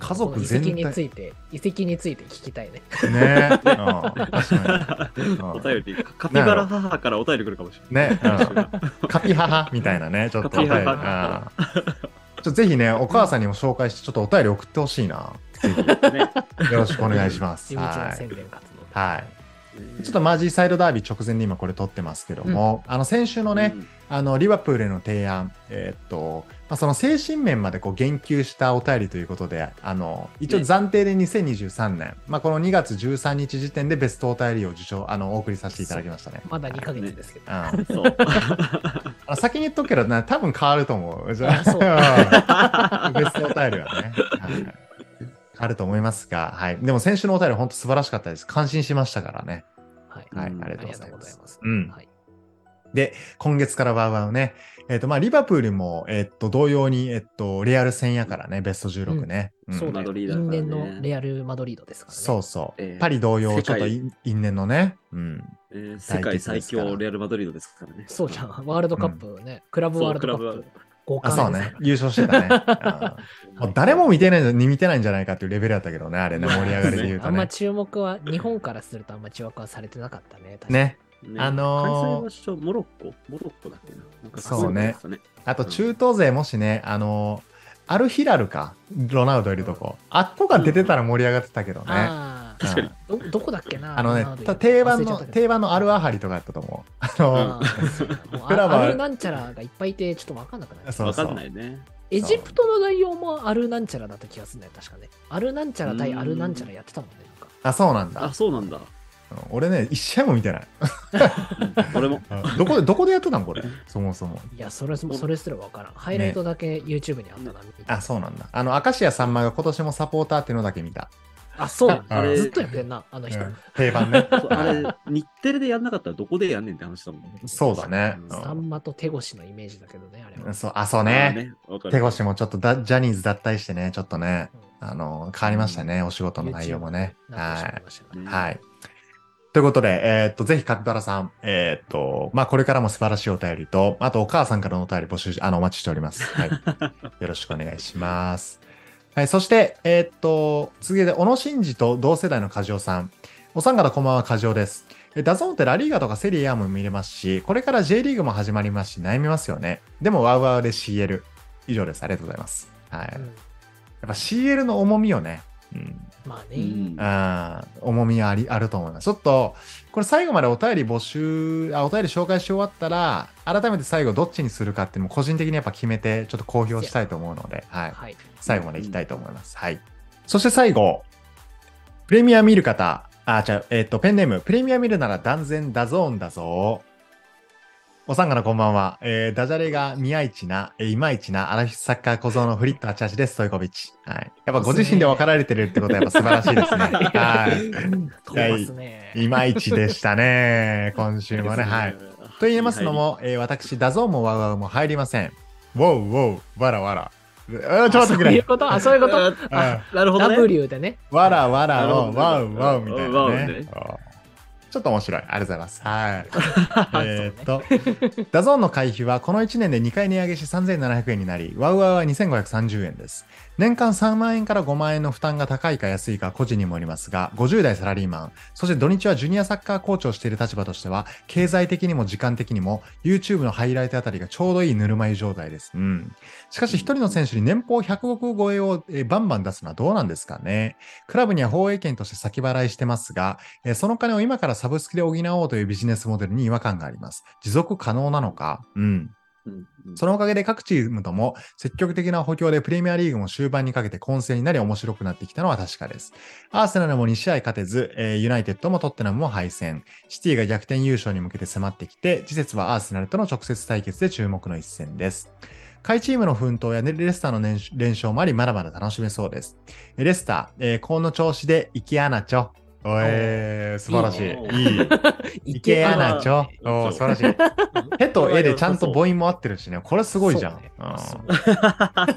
家族この遺全体跡について、遺跡について聞きたいね。 ね、うん、確かに、うんお便り、カピバラ母からお便り来るかもしれない。 ね、うん、カピ母みたいなね、ちょっとお便り、 カうん、 ピ母ちょっとぜひね、お母さんにも紹介して、ちょっとお便り送ってほしいな。ぜひね。 よろしくお願いします。 地道なはい宣伝活動。 はい。ちょっとマージーサイドダービー直前に今これ撮ってますけども、あの先週のね、 うんあのリバプールへの提案、えーっと、まあ、その精神面までこう言及したお便りということで、あの一応暫定でにせんにじゅうさんねん、まあ、このにがつじゅうさんにち時点でベストお便りを受賞、あのお送りさせていただきましたね。 まだにかげつですけど。 うん、 そう。 あの先に言っとくけどな、多分変わると思う。じゃあそうあ、ベストお便りはね。はいあると思いますが、はい。でも先週のお便り本当素晴らしかったです。感心しましたからね。 はい。 はい、 うんありがとうありがとございうます。 ございます。 うんはい。 で、今月からワウワウね、えっ、と、まあ、リバプールも、えっ、と、同様に、えっ、と、レアル戦やからね、ベストじゅうろくね。んそうだよ。 マドリーだからね因縁のレアル・マドリードですからね。 そうそう。 えーパリ同様、 世界ちょっと因因縁のね。うん。 えー世界最強レアル・マドリードですからね。 そうじゃん。ワールドカップね。クラブワールドカップ。ごあ、そうね。優勝してたね。うんもうはい誰も見てない見てないんじゃないかっていうレベルだったけどね、あれね、盛り上がりで言うとあんまね。 注目は、日本からするとあんま注目はされてなかったね。確かにね。 ねあのー開催場所、モロッコモロッコだっけな。なんかそうねすごいですあと中東勢もしね、あのーアルヒラルか、ロナウドいるとこ。あっこが出てたら盛り上がってたけどね。 あ確かにうんあ、ど、どこだっけなあのねロナウドいる、 定番の、 忘れちゃったけど定番のアルアハリとかやったと思う。あのあーそうだもうクラブはアルなんちゃらがいっぱいいて、ちょっとわかんなくなる。 そうそうわかんないね。 エジプトの内容もアルなんちゃらだった気がするんだよ、確かね。アルなんちゃら対アルなんちゃらやってたもんね。なんかあ、そうなんだあ、。そうなんだ。 うん俺ね、一試合も見てない。 俺も。 うんどこで、どこでやってたんこれ、そもそも。 いや、それそそれすらわからん。ハイライトだけ YouTube にあったな。見たあ、そうなんだ。あの、明石家さんまが今年もサポーターっていうのだけ見た。 あ、そうなんだ。 あれずっとやってんな、あの人。 うん定番ね。 そうあれ、日テレでやんなかったらどこでやんねんって話だもんね。 そうだね。 うんうんさんまと手越のイメージだけどね、あれは。 そう、あ、そうあね。 ーね。わかる手越もちょっとだジャニーズ脱退してね、ちょっとね、 うんあの、変わりましたね、お仕事の内容もね。 YouTube になってしまはいましたねねはい。ということで、えーっと、ぜひ、カピバラさん、えーっと、まあ、これからも素晴らしいお便りと、あと、お母さんからのお便り募集し、あの、お待ちしております。はい。よろしくお願いします。はい。そして、えーっと、次で、小野伸二と同世代の梶尾さん。お三方こんばんは、梶尾です。えダゾーンってラリーガとかセリアも見れますし、これから J リーグも始まりますし、悩みますよね。でも、ワウワウで シーエル。以上です。ありがとうございます。はい。やっうんぱ シーエルの重みをね、うん、 まあね。 うん。 あー重みありあると思います。ちょっと、これ最後までお便り募集、あ、お便り紹介し終わったら、改めて最後どっちにするかっていうのも個人的にやっぱ決めて、ちょっと公表したいと思うので、はい。 はい。 最後までいきたいと思います。はい。そして最後、プレミア見る方、あ、じゃあ、えっ、と、ペンネーム、プレミア見るなら断然ダゾーンだぞ。おさんがのこんばんは。えーダジャレが宮市な、えー、いまいちな、アラフィフサッカー小僧のフリットはちはちです、トイコビッチ。はい。やっぱご自身で分かられてるってことはやっぱ素晴らしいですね。はい。 飛ばすね。 いまいちでしたね。今週もね。はい。と言いますのも、えー私、ダゾーンもワウワウも入りません。ウォウウォウ、わらわら。あーちょっと待ってくれ。 そういうことあ、そういうことああなるほどね。 W でね。 わらわらをなワウるほどワウみたいなワウねね。 ちょっと面白い。ありがとうございます。はい。 そうえーっと、ダゾーンの会費はこのいちねんでにかい値上げしさんぜんななひゃくえんになり、ワウワウはにせんごひゃくさんじゅうえんです。年間さんまんえんからごまんえんの負担が高いか安いか個人にもよりますが、ごじゅう代サラリーマン、そして土日はジュニアサッカーコーチをしている立場としては、経済的にも時間的にも YouTube のハイライトあたりがちょうどいいぬるま湯状態です。うん。しかし一人の選手に年俸ひゃくおく超えをえーバンバン出すのはどうなんですかね。クラブには放映権として先払いしてますが、えーその金を今からサブスクで補おうというビジネスモデルに違和感があります。持続可能なのか。うん。 うんうんそのおかげで各チームとも積極的な補強でプレミアリーグも終盤にかけて混戦になり面白くなってきたのは確かです。アーセナルもに試合勝てず、えーユナイテッドもトッテナムも敗戦。シティが逆転優勝に向けて迫ってきて、次節はアーセナルとの直接対決で注目の一戦です。下位チームの奮闘やレスターの連連勝もあり、まだまだ楽しめそうです。レスター、えー高の調子でイケアナチョ。おえー、素晴らしい。いい。イケアナチョ。おー素晴らしい。手と絵でちゃんと母音も合ってるしね。これすごいじゃん。 そうねうん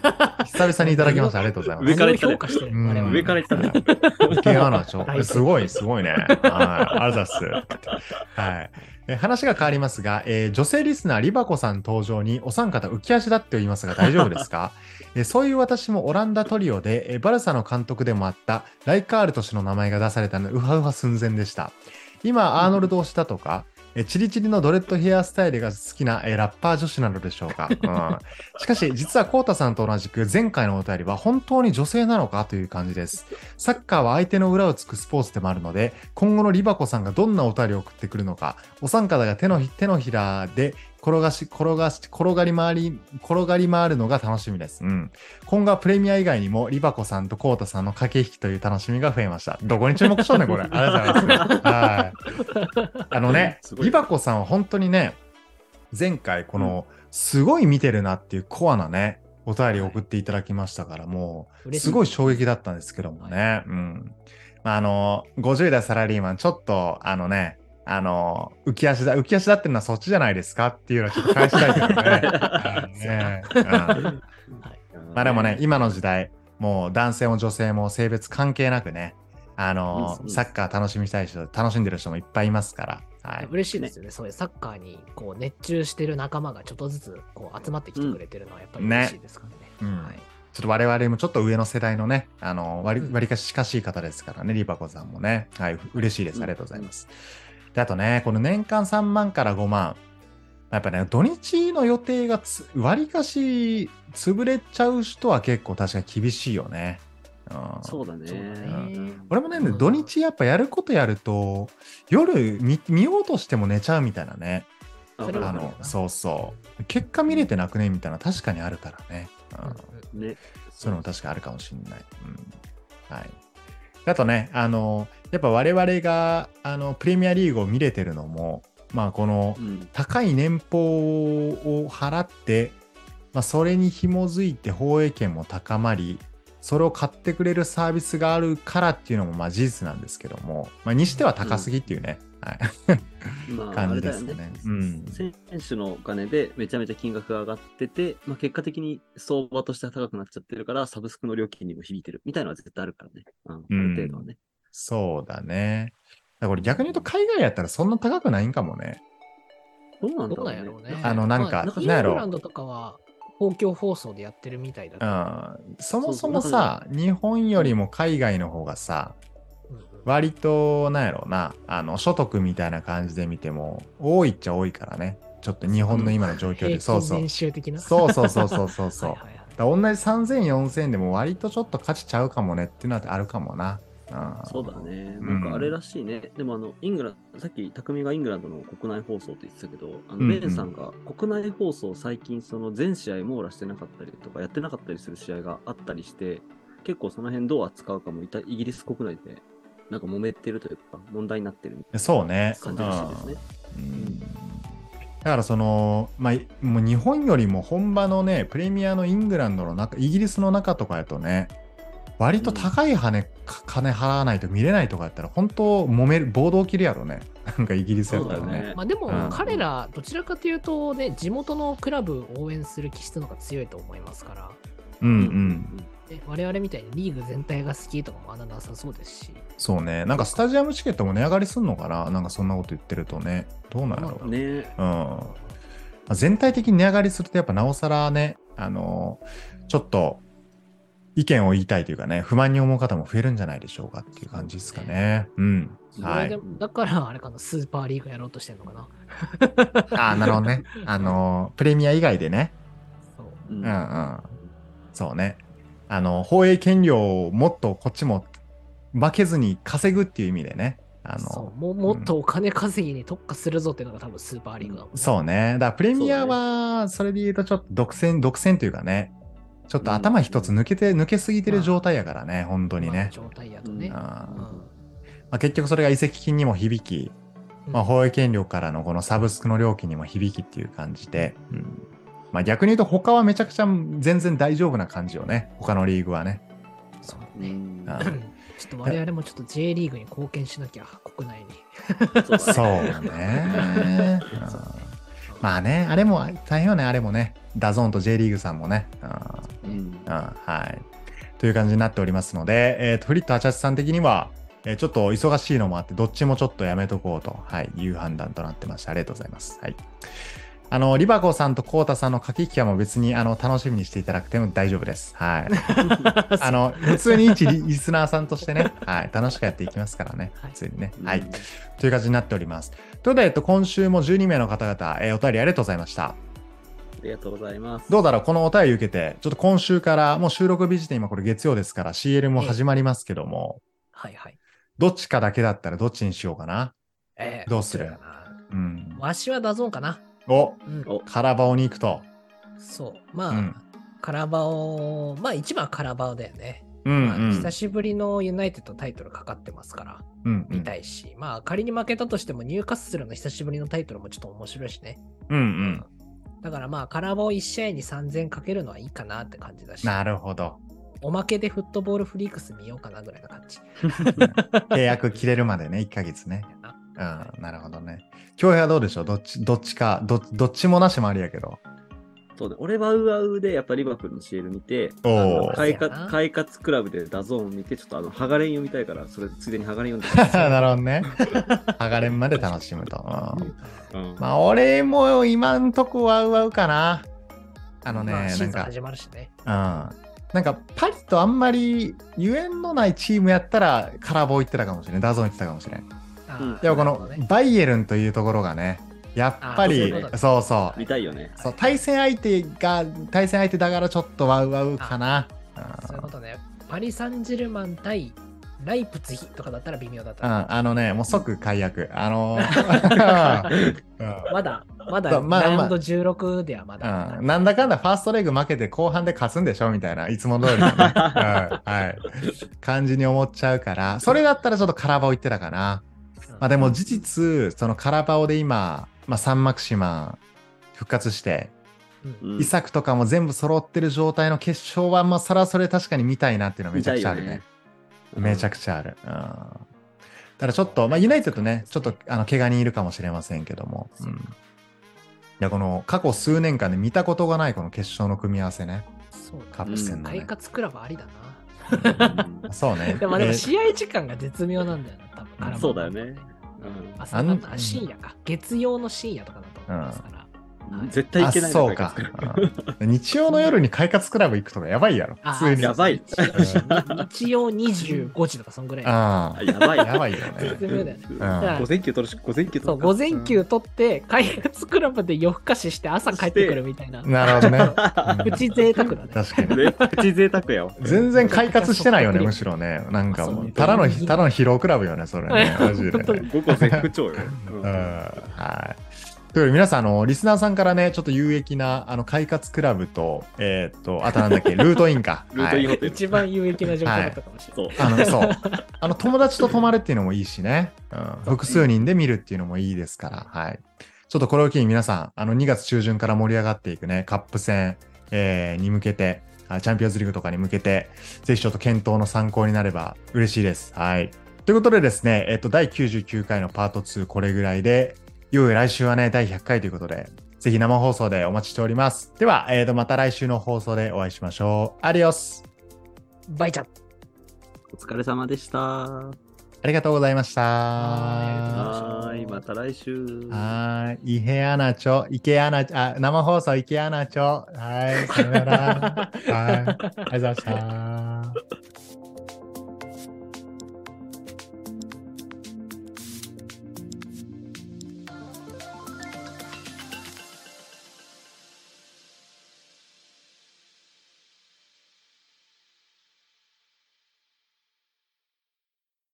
久々にいただきました。ありがとうございます。 上から何を評価してるうん我々 上から言ったね。 池アナちょ大すごい、すごいね。はい。ありがとうございます。はい。え話が変わりますが、えー女性リスナーリバコさん登場にお三方浮き足だって言いますが大丈夫ですか？えーそういう私もオランダトリオで、えーバルサの監督でもあったライカールト氏の名前が出されたのでウハウハ寸前でした。今、アーノルド推しだとか、えチリチリのドレッドヘアスタイルが好きなえラッパー女子なのでしょうか。うん、しかし、実はコウタさんと同じく前回のお便りは本当に女性なのかという感じです。サッカーは相手の裏をつくスポーツでもあるので、今後のリバコさんがどんなお便りを送ってくるのか、お三方が手の手のひらで転がし、転がし、転がり回り、転がり回るのが楽しみです。うん。今後はプレミア以外にもリバコさんとコウタさんの駆け引きという楽しみが増えました。どこに注目しとんねん、これ。ありがとうございます。はい。あのね、リバコさんは本当にね、前回この、すごい見てるなっていうコアなね、お便りを送っていただきましたから、もう、すごい衝撃だったんですけどもね。うん。まあ、あの、ごじゅう代サラリーマン、ちょっと、あのね、あの、浮き足だ、浮き足だってるのはそっちじゃないですかっていうのはちょっと返したいけどね。ねうん、まあでもね、今の時代、もう男性も女性も性別関係なくね、あの、サッカー楽しみたい人、楽しんでる人もいっぱいいますから。はい、 嬉しいですよね。そういうサッカーにこう熱中してる仲間がちょっとずつこう集まってきてくれてるのはやっぱり嬉しいですからね。ねうんはい、 ちょっと我々もちょっと上の世代のね、あの割り、割りかし近しい方ですからね、リバコさんもね。はい、嬉しいです。ありがとうございます。うん、であとね、この年間さんまんからごまん。やっぱね、土日の予定がつ割りかし潰れちゃう人は結構確かに厳しいよね。 うん、そうだね、うん。 俺もね、うん、土日やっぱやることやると、夜 見, 見ようとしても寝ちゃうみたいなね。あのそうそう。結果見れてなくねみたいな確かにあるからね。うん、ねそういうのも確かあるかもしれない。うん、はい。あとね、あの、やっぱ我々があのプレミアリーグを見れてるのも、まあこの高い年俸を払って、まあ、それに紐づいて放映権も高まり、それを買ってくれるサービスがあるからっていうのもまあ事実なんですけども、まあ、にしては高すぎっていうね、うんはい、感じですね。まあ、ねうん、 選手のお金でめちゃめちゃ金額が上がってて、まあ、結果的に相場としては高くなっちゃってるから、サブスクの料金にも響いてるみたいなのは絶対あるからね。うん、ある程度はね、うん。 そうだね。だからこれ逆に言うと海外やったらそんな高くないんかもね。 どうなんだろうね。 どうなんやろうね。 あのなんか、 まあ、イングランドとかは公共放送でやってるみたいだけど、 うん、そもそもさ、日本よりも海外の方がさ、うん、割となんやろうな、あの所得みたいな感じで見ても多いっちゃ多いからね。ちょっと日本の今の状況で、うん、そうそう。そうそうそうそうそうそう。はいはいはい、だ同じさんぜんよんせんえんでも割とちょっと価値ちゃうかもねっていうのはあるかもな。 そうだね。なんかあれらしいね。うん、でもあの、イングランド、さっき匠がイングランドの国内放送って言ってたけど、あのベンさんが国内放送最近その全試合網羅してなかったりとかやってなかったりする試合があったりして、結構その辺どう扱うかもイギリス国内でなんか揉めてるというか問題になってるみたいなそうね。 感じらしいですね。 うん、だからその、まあ、もう日本よりも本場のね、プレミアのイングランドの中、イギリスの中とかやとね、割と高い金、うん、金払わないと見れないとかやったら本当揉める暴動起きるやろね。なんかイギリスやったらね。 ねまあ、でも彼らどちらかというとね、地元のクラブを応援する気質の方が強いと思いますから。 うんうん。 で我々みたいにリーグ全体が好きとかもあんななさそうですし。 そうね。なんかスタジアムチケットも値上がりすんのかな。なんかそんなこと言ってるとね。どうなんやろう。 ね。 うん。全体的に値上がりするとやっぱなおさらね、あのちょっと。意見を言いたいというかね、不満に思う方も増えるんじゃないでしょうかっていう感じですかね。うん。はい。 だからあれかな、スーパーリーグやろうとしてるのかな。 ああ、なるほどね。あの、プレミア以外でね。そう。うんうん。そうね。あの、放映権料をもっとこっちも負けずに稼ぐっていう意味でね。あのそうももっとお金稼ぎに特化するぞっていうのが多分スーパーリーグだもんね。 うん、そうね。だからプレミアはそれで言うとちょっと独占、独占というかね。ちょっと頭一つ抜けて、うん、抜けすぎてる状態やからね、まあ、本当にね。まあ、 状態やとね。うんまあ、結局それが移籍金にも響き、うんまあ、放映権料からのこのサブスクの料金にも響きっていう感じで、うんまあ、逆に言うと他はめちゃくちゃ全然大丈夫な感じよね、他のリーグはね。 そうね。うん、ちょっと我々もちょっと J リーグに貢献しなきゃ、国内に。 そうね。まあね、あれも大変よね、あれもね。ダゾーンと J リーグさんもね。 うんね。 うん、はい。という感じになっておりますので、えーと、フリットはちはちさん的には、えーちょっと忙しいのもあって、どっちもちょっとやめとこうと、はい、いう判断となってました。ありがとうございます。はい。あの、リバコさんとコウタさんの駆け引きはもう別にあの楽しみにしていただくても大丈夫です。はい。あの、普通に一リリスナーさんとしてね、はい、楽しくやっていきますからね、 はい普通にね。 うんはい。という感じになっております。ということで、えっと、今週もじゅうにめいの方々、えーお便りありがとうございました。 ありがとうございます。 どうだろうこのお便り受けて、ちょっと今週から、もう収録日時点今これ月曜ですから シーエル も始まりますけども、 はいはい。 どっちかだけだったらどっちにしようかな。 えーどうするどっちかな。 うん。 わしはダゾーンかな。 お、 うん。 おカラバオに行くと。 そう。まあ、 うんカラバオ、まあ一番はカラバオだよね。 うんまあ、 うん。 久しぶりのユナイテッドタイトルかかってますから、 うんうん見たいし、まあ仮に負けたとしてもニューカッスルの久しぶりのタイトルもちょっと面白いしね。 うんうん。 だからまあカラバオいち試合にさんぜんかけるのはいいかなって感じだし、 なるほど。 おまけでフットボールフリークス見ようかなぐらいな感じ。 契約切れるまでね、いっかげつね。うん、なるほどね。恭平はどうでしょうどっち、どっちか、どどっちもなしもありやけど。 そうね、俺はウアウでやっぱリバプールの シーエル 見て、 おーあの快そうやな活快活クラブでダゾーン見て、ちょっとあの、ハガレン読みたいから、それついでにハガレン読んでなるほどね。剥がれんまで楽しむと。うんうんまあ、俺も今んとこワウワウかな。あのね、 まあ、シなんか、 ーズン始まるしね。 うん。なんか、パリとあんまりゆえんのないチームやったら、カラボ行ってたかもしれない。ダゾーン行ってたかもしれない。 あうんーでもこのなるほどねバイエルンというところがね、やっぱありーそういうことねそうそう見たいよね。 そう対戦相手が対戦相手だからちょっとワウワウかな。 そういうことね。パリ・サンジェルマン対ライプツヒとかだったら微妙だっうん、 た。 あのね、もう即解約。あのーうんまだ、まだ、 そうまあまあラウンドじゅうろくではまだ。 うん、なんだかんだファーストレグ負けて後半で勝つんでしょみたいないつも通りのね、うんはい、感じに思っちゃうからそれだったらちょっとカラバオ行ってたかな、 うんまあ、でも事実そのカラバオで今、まあ、サンマクシマン復活して、 うんうんイサクとかも全部揃ってる状態の決勝はまあそれはそれ確かに見たいなっていうのはめちゃくちゃあるねめちゃくくちゃある、うん、だからちょっと、まあ、ユナイテッドねちょっとあの怪我人いるかもしれませんけども、うん、いやこの過去数年間で見たことがないこの決勝の組み合わせねそうだカップ戦のね、 快活クラブありだな。 そうねでもでえーも試合時間が絶妙なんだよな、多分カラバオそうだよね。うん朝方あ深夜か。月曜の深夜とかだと思いますから。はい絶対いけないあそうか、うん日曜の夜に快活クラブ行くとかやばいやろあ普通にやばい日曜にじゅうごじとかそんぐらい。 ああやばい。 やばいよね絶妙だよね。 うん午前休取るし、午前休取るかそう、午前休取って、開発クラブで夜更かしして朝帰ってくるみたいな。 なるほどねプチ贅沢だね。 確かにねプチ贅沢やわ。 全然快活してないよねむしろねなんかもうただのただの疲労クラブよねそれねマジで本当に午後絶不調よ。 うんはい。というより皆さんあのリスナーさんからねちょっと有益なあの快活クラブとえーっとあとなんだっけルートインかルートインはいホテル。 一番有益な情報だったかもしれない。 そう。 あのそうあの友達と泊まるっていうのもいいしね、うん、複数人で見るっていうのもいいですから、はい。ちょっとこれを機に皆さんあのにがつ中旬から盛り上がっていくねカップ戦、えーに向けてあチャンピオンズリーグとかに向けてぜひちょっと検討の参考になれば嬉しいです。はい。ということでですね、えっとだいきゅうじゅうきゅうかいのパートツーこれぐらいで。いよいよ来週はね、だいひゃっかいということで、ぜひ生放送でお待ちしております。では、えーと、また来週の放送でお会いしましょう。アディオス。 バイチャお疲れ様でした。はありがとうございました。 はーい、また来週。 はーい。イヘアナチョ、イケアナチョ、あ、生放送イケアナチョ。はい。さよなら。はい。ありがとうございました。